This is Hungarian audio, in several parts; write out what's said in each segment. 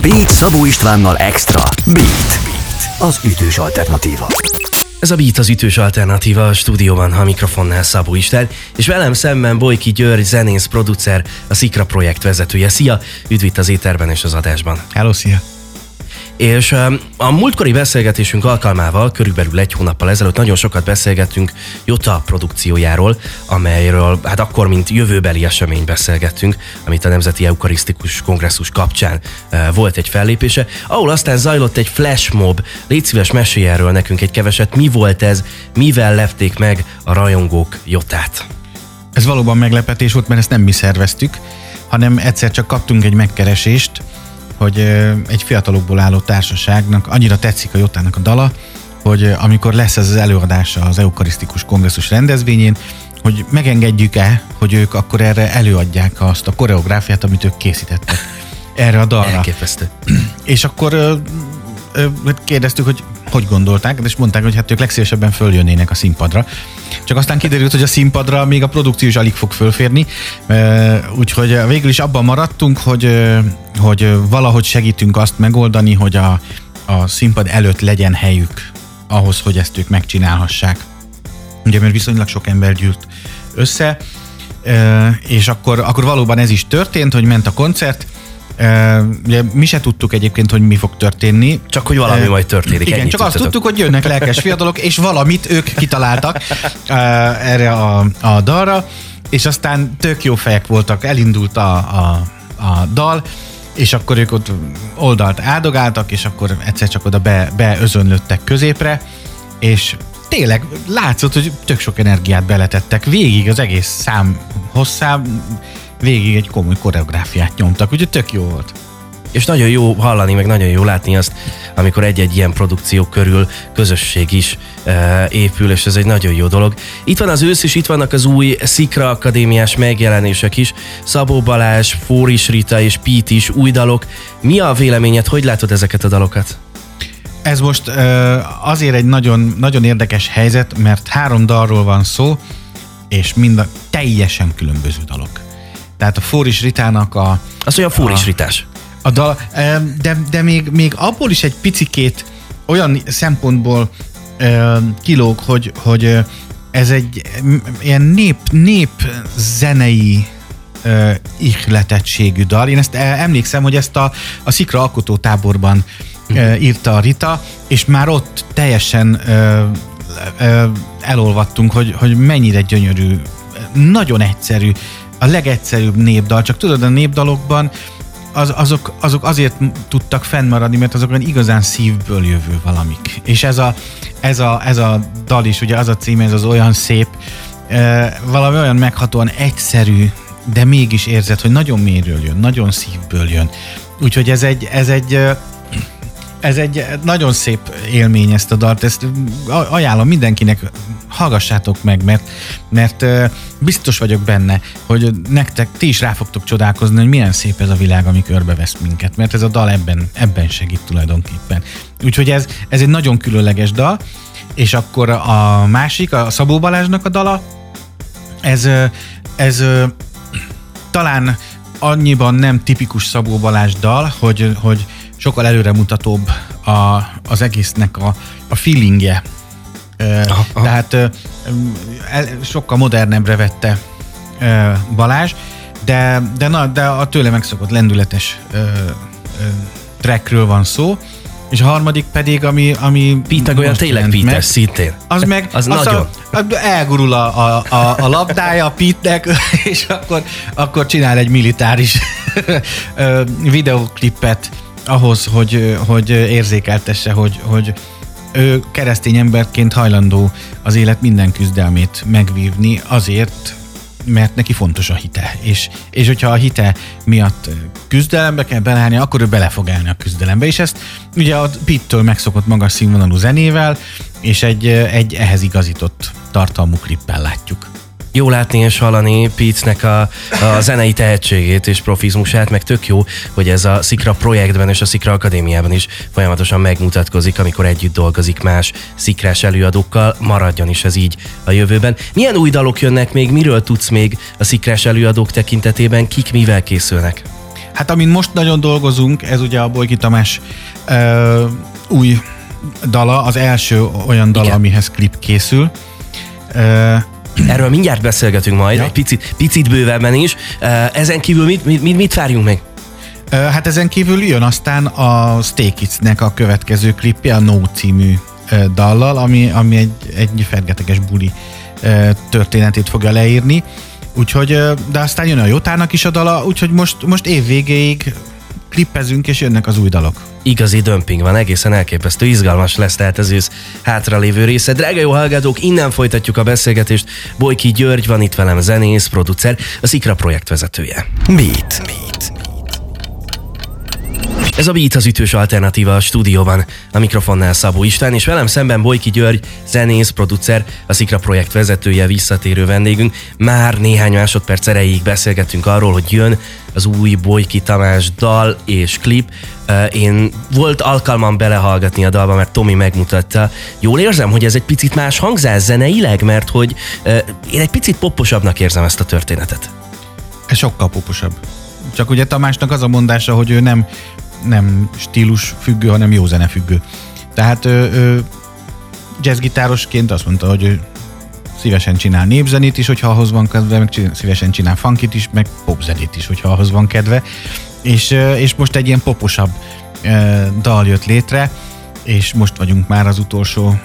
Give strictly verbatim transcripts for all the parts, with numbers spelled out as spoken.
Beat Szabó Istvánnal Extra. Beat, az ütős alternatíva. Ez a Beat az ütős alternatíva, a stúdióban a mikrofonnál Szabó István, és velem szemben Bojki György, zenész, producer, a Szikra projekt vezetője. Szia! Üdv itt az éterben és az adásban. Hello, szia! És um, a múltkori beszélgetésünk alkalmával, körülbelül egy hónappal ezelőtt nagyon sokat beszélgettünk Jota produkciójáról, amelyről hát akkor, mint jövőbeli esemény beszélgettünk, amit a Nemzeti Eukarisztikus Kongresszus kapcsán uh, volt egy fellépése, ahol aztán zajlott egy flashmob. Légy szíves, mesélj erről nekünk egy keveset. Mi volt ez? Mivel lepték meg a rajongók Jotát? Ez valóban meglepetés volt, mert ezt nem mi szerveztük, hanem egyszer csak kaptunk egy megkeresést, hogy egy fiatalokból álló társaságnak annyira tetszik a Jotának a dala, hogy amikor lesz ez az előadása az Eukarisztikus Kongresszus rendezvényén, hogy megengedjük-e, hogy ők akkor erre előadják azt a koreográfiát, amit ők készítettek erre a dalra. Elképesztő. És akkor ö, ö, kérdeztük, hogy hogy gondolták, és mondták, hogy hát ők legszívesebben följönnének a színpadra. Csak aztán kiderült, hogy a színpadra még a produkció is alig fog fölférni, úgyhogy végül is abban maradtunk, hogy, hogy valahogy segítünk azt megoldani, hogy a, a színpad előtt legyen helyük ahhoz, hogy ezt ők megcsinálhassák. Ugye, mert viszonylag sok ember gyűlt össze, és akkor, akkor valóban ez is történt, hogy ment a koncert. Uh, ugye mi se tudtuk egyébként, hogy mi fog történni. Csak hogy valami uh, majd történik. Igen, csak tudtatok. azt tudtuk, hogy jönnek lelkes fiatalok, és valamit ők kitaláltak uh, erre a, a dalra, és aztán tök jó fejek voltak, elindult a, a, a dal, és akkor ők ott oldalt áldogáltak, és akkor egyszer csak oda be, beözönlöttek középre, és tényleg látszott, hogy tök sok energiát beletettek végig az egész szám hosszám, végig egy komoly koreográfiát nyomtak, úgyhogy tök jó volt. És nagyon jó hallani, meg nagyon jó látni azt, amikor egy-egy ilyen produkció körül közösség is e, épül, és ez egy nagyon jó dolog. Itt van az ősz, és itt vannak az új Szikra akadémiás megjelenések is. Szabó Balázs, Fóris Rita és Pít is, új dalok. Mi a véleményed, hogy látod ezeket a dalokat? Ez most uh, azért egy nagyon, nagyon érdekes helyzet, mert három dalról van szó, és mind a teljesen különböző dalok. Tehát a Fóris Ritának a... Az olyan Fóris Ritás. A dal, de, de még, még abból is egy picikét olyan szempontból kilóg, hogy, hogy ez egy ilyen nép, nép zenei ihletettségű dal. Én ezt emlékszem, hogy ezt a, a Szikra alkotótáborban uh-huh. írta a Rita, és már ott teljesen elolvadtunk, hogy, hogy mennyire gyönyörű, nagyon egyszerű, a legegyszerűbb népdal, csak tudod, a népdalokban az, azok, azok azért tudtak fennmaradni, mert azok igazán szívből jövő valamik. És ez a, ez a, ez a dal is, ugye az a cím, ez az olyan szép, valami olyan meghatóan egyszerű, de mégis érzed, hogy nagyon mélyről jön, nagyon szívből jön. Úgyhogy ez egy, ez egy Ez egy nagyon szép élmény, ezt a dalt, ezt ajánlom mindenkinek, hallgassátok meg, mert, mert biztos vagyok benne, hogy nektek, ti is rá fogtok csodálkozni, hogy milyen szép ez a világ, ami körbevesz minket, mert ez a dal ebben, ebben segít tulajdonképpen. Úgyhogy ez, ez egy nagyon különleges dal, és akkor a másik, a Szabó Balázsnak a dala, ez, ez talán annyiban nem tipikus Szabó Balázs dal, hogy, hogy sokkal előremutatóbb a, az egésznek a, a feelingje. Aha, aha. Tehát el, sokkal modernebbre vette Balázs, de, de, na, de a tőle megszokott lendületes ö, ö, trackről van szó, és a harmadik pedig, ami... ami Pít meg olyan tényleg Pítes szintén. Az meg... Az az nagyon. A, elgurul a, a, a, a labdája a Pítnek, és akkor, akkor csinál egy militáris videóklipet ahhoz, hogy, hogy érzékeltesse, hogy, hogy ő keresztény emberként hajlandó az élet minden küzdelmét megvívni azért, mert neki fontos a hite. És, és hogyha a hite miatt küzdelembe kell beleállni, akkor ő bele fog állni a küzdelembe. És ezt ugye a Pittől megszokott magas színvonalú zenével, és egy, egy ehhez igazított tartalmú klippel látjuk. Jó látni és hallani Pítnek a, a zenei tehetségét és profizmusát, meg tök jó, hogy ez a Szikra projektben és a Szikra Akadémiában is folyamatosan megmutatkozik, amikor együtt dolgozik más szikrás előadókkal, maradjon is ez így a jövőben. Milyen új dalok jönnek még, miről tudsz még a szikrás előadók tekintetében, kik mivel készülnek? Hát amin most nagyon dolgozunk, ez ugye a Bolyki Tamás ö, új dala, az első olyan dala, igen, amihez klip készül. Ö, Erről mindjárt beszélgetünk majd, ja. egy picit, picit bővebben is. Ezen kívül mit, mit, mit várjunk meg? Hát ezen kívül jön aztán a Stray Kidsnek a következő klipje, a No című dallal, ami, ami egy, egy fergeteges buli történetét fogja leírni. Úgyhogy, de aztán jön a Jotának is a dala, úgyhogy most, most év végéig klippezünk, és jönnek az új dalok. Igazi dömping van, egészen elképesztő, izgalmas lesz tehát az ősz hátralévő része. Drága jó hallgatók, innen folytatjuk a beszélgetést. Bolyki György van itt velem, zenész, producer, a Szikra projekt vezetője. Beat. Beat. Ez a Beat, az ütős alternatíva a stúdióban. A mikrofonnál Szabó István, és velem szemben Bolyki György, zenész, producer, a Szikra projekt vezetője, visszatérő vendégünk. Már néhány másodperc erejéig beszélgettünk arról, hogy jön az új Bolyki Tamás dal és klip. Én volt alkalmam belehallgatni a dalba, mert Tomi megmutatta. Jól érzem, hogy ez egy picit más hangzás zeneileg, mert hogy én egy picit poposabbnak érzem ezt a történetet. Ez sokkal poposabb. Csak ugye Tamásnak az a mondása, hogy ő nem nem stílus függő, hanem jó zene függő. Tehát ő, ő jazzgitárosként azt mondta, hogy ő szívesen csinál népzenét is, hogyha ahhoz van kedve, meg szívesen csinál funkit is, meg popzenét is, hogyha ahhoz van kedve. És, és most egy ilyen poposabb dal jött létre, és most vagyunk már az utolsó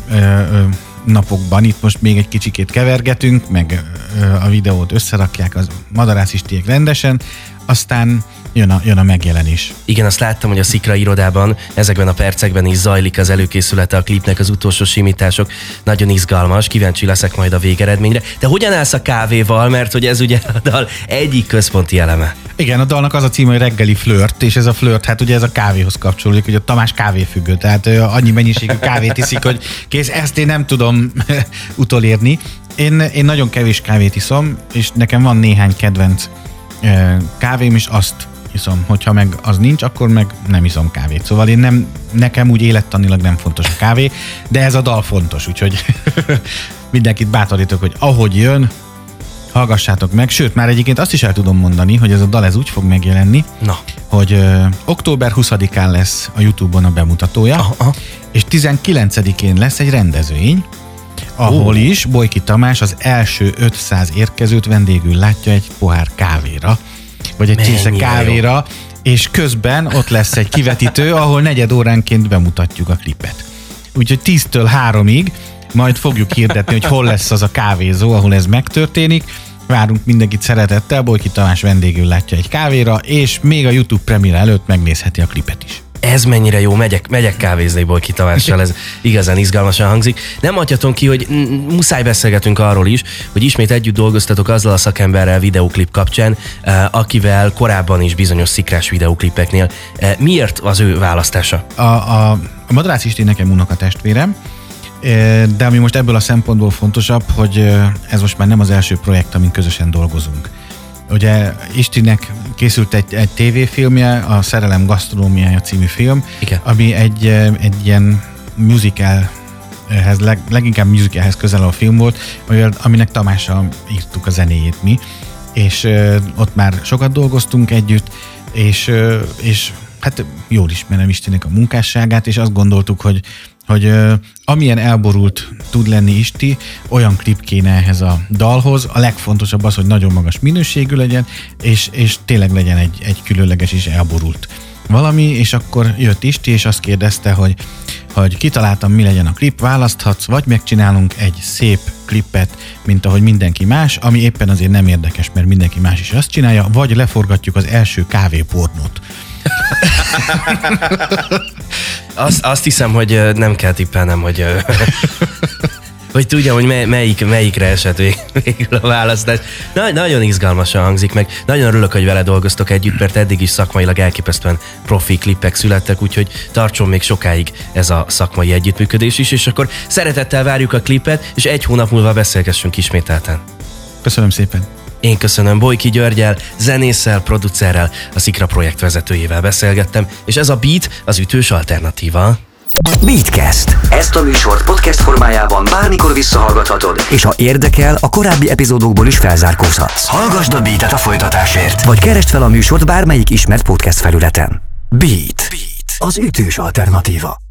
napokban. Itt most még egy kicsikét kevergetünk, meg a videót összerakják az madarászistiek rendesen, aztán jön a, jön a megjelenés. Igen, azt láttam, hogy a Szikra irodában ezekben a percekben is zajlik az előkészülete a klipnek, az utolsó simítások. Nagyon izgalmas, kíváncsi leszek majd a végeredményre. De hogyan állsz a kávéval, mert hogy ez ugye a dal egyik központi eleme? Igen, a dalnak az a címe, hogy reggeli flört, és ez a flört, hát ugye ez a kávéhoz kapcsolódik, hogy a Tamás kávéfüggő, tehát annyi mennyiségű kávét iszik, hogy kész, ezt én nem tudom utolérni. Én, én nagyon kevés kávét iszom, és nekem van néhány kedvenc kávém, és azt iszom. Hogyha meg az nincs, akkor meg nem iszom kávét. Szóval én nem, nekem úgy élettanilag nem fontos a kávé, de ez a dal fontos, úgyhogy mindenkit bátorítok, hogy ahogy jön, hallgassátok meg. Sőt, már egyébként azt is el tudom mondani, hogy ez a dal ez úgy fog megjelenni, Na. hogy ö, október huszadikán lesz a YouTube-on a bemutatója, aha, aha. és tizenkilencedikén lesz egy rendezvény, ahol oh. is Bolyki Tamás az első ötszáz érkezőt vendégül látja egy pohár kávéra, vagy egy csésze kávéra, jó. És közben ott lesz egy kivetítő, ahol negyed óránként bemutatjuk a klipet. Úgyhogy tíztől háromig majd fogjuk hirdetni, hogy hol lesz az a kávézó, ahol ez megtörténik. Várunk mindenkit szeretettel, Bolyki Tamás vendégül látja egy kávéra, és még a YouTube premiere előtt megnézheti a klipet is. Ez mennyire jó, megyek, megyek kávézni Bolyki Tamással, ez igazán izgalmasan hangzik. Nem adjatom ki, hogy muszáj beszélgetünk arról is, hogy ismét együtt dolgoztatok azzal a szakemberrel videóklip kapcsán, akivel korábban is bizonyos szikrás videóklipeknél. Miért az ő választása? A, a, a Madrász Isti nekem unokatestvérem, de ami most ebből a szempontból fontosabb, hogy ez most már nem az első projekt, amin közösen dolgozunk. Ugye Istinek készült egy, egy tévéfilmje, a Szerelem gasztronómiája című film, igen, ami egy, egy ilyen musicalhez, leg, leginkább musicalhez közel a film volt, aminek Tamással írtuk a zenéjét mi, és ott már sokat dolgoztunk együtt, és, és hát jól ismerem Istinek a munkásságát, és azt gondoltuk, hogy hogy uh, amilyen elborult tud lenni Isti, olyan klip kéne ehhez a dalhoz. A legfontosabb az, hogy nagyon magas minőségű legyen, és, és tényleg legyen egy, egy különleges és elborult valami, és akkor jött Isti, és azt kérdezte, hogy, hogy kitaláltam, mi legyen a klip, választhatsz, vagy megcsinálunk egy szép klipet, mint ahogy mindenki más, ami éppen azért nem érdekes, mert mindenki más is azt csinálja, vagy leforgatjuk az első kávépornót. Azt, azt hiszem, hogy nem kell tippelnem, hogy, hogy tudjam, hogy mely, melyik, melyikre esett végül a választás. Na, nagyon izgalmasan hangzik meg. Nagyon örülök, hogy vele dolgoztok együtt, mert eddig is szakmailag elképesztően profi klippek születtek, úgyhogy tartson még sokáig ez a szakmai együttműködés is, és akkor szeretettel várjuk a klipet, és egy hónap múlva beszélgessünk ismételten. Köszönöm szépen. Én köszönöm, Bolyki Györgyel, zenésszel, producerrel, a Szikra projekt vezetőjével beszélgettem, és ez a Beat, az ütős alternatíva. Beatcast. Ezt a műsort podcast formájában bármikor visszahallgathatod, és ha érdekel, a korábbi epizódokból is felzárkózhatsz. Hallgasd a Beatet a folytatásért, vagy keresd fel a műsort bármelyik ismert podcast felületen. Beat. Beat. Az ütős alternatíva.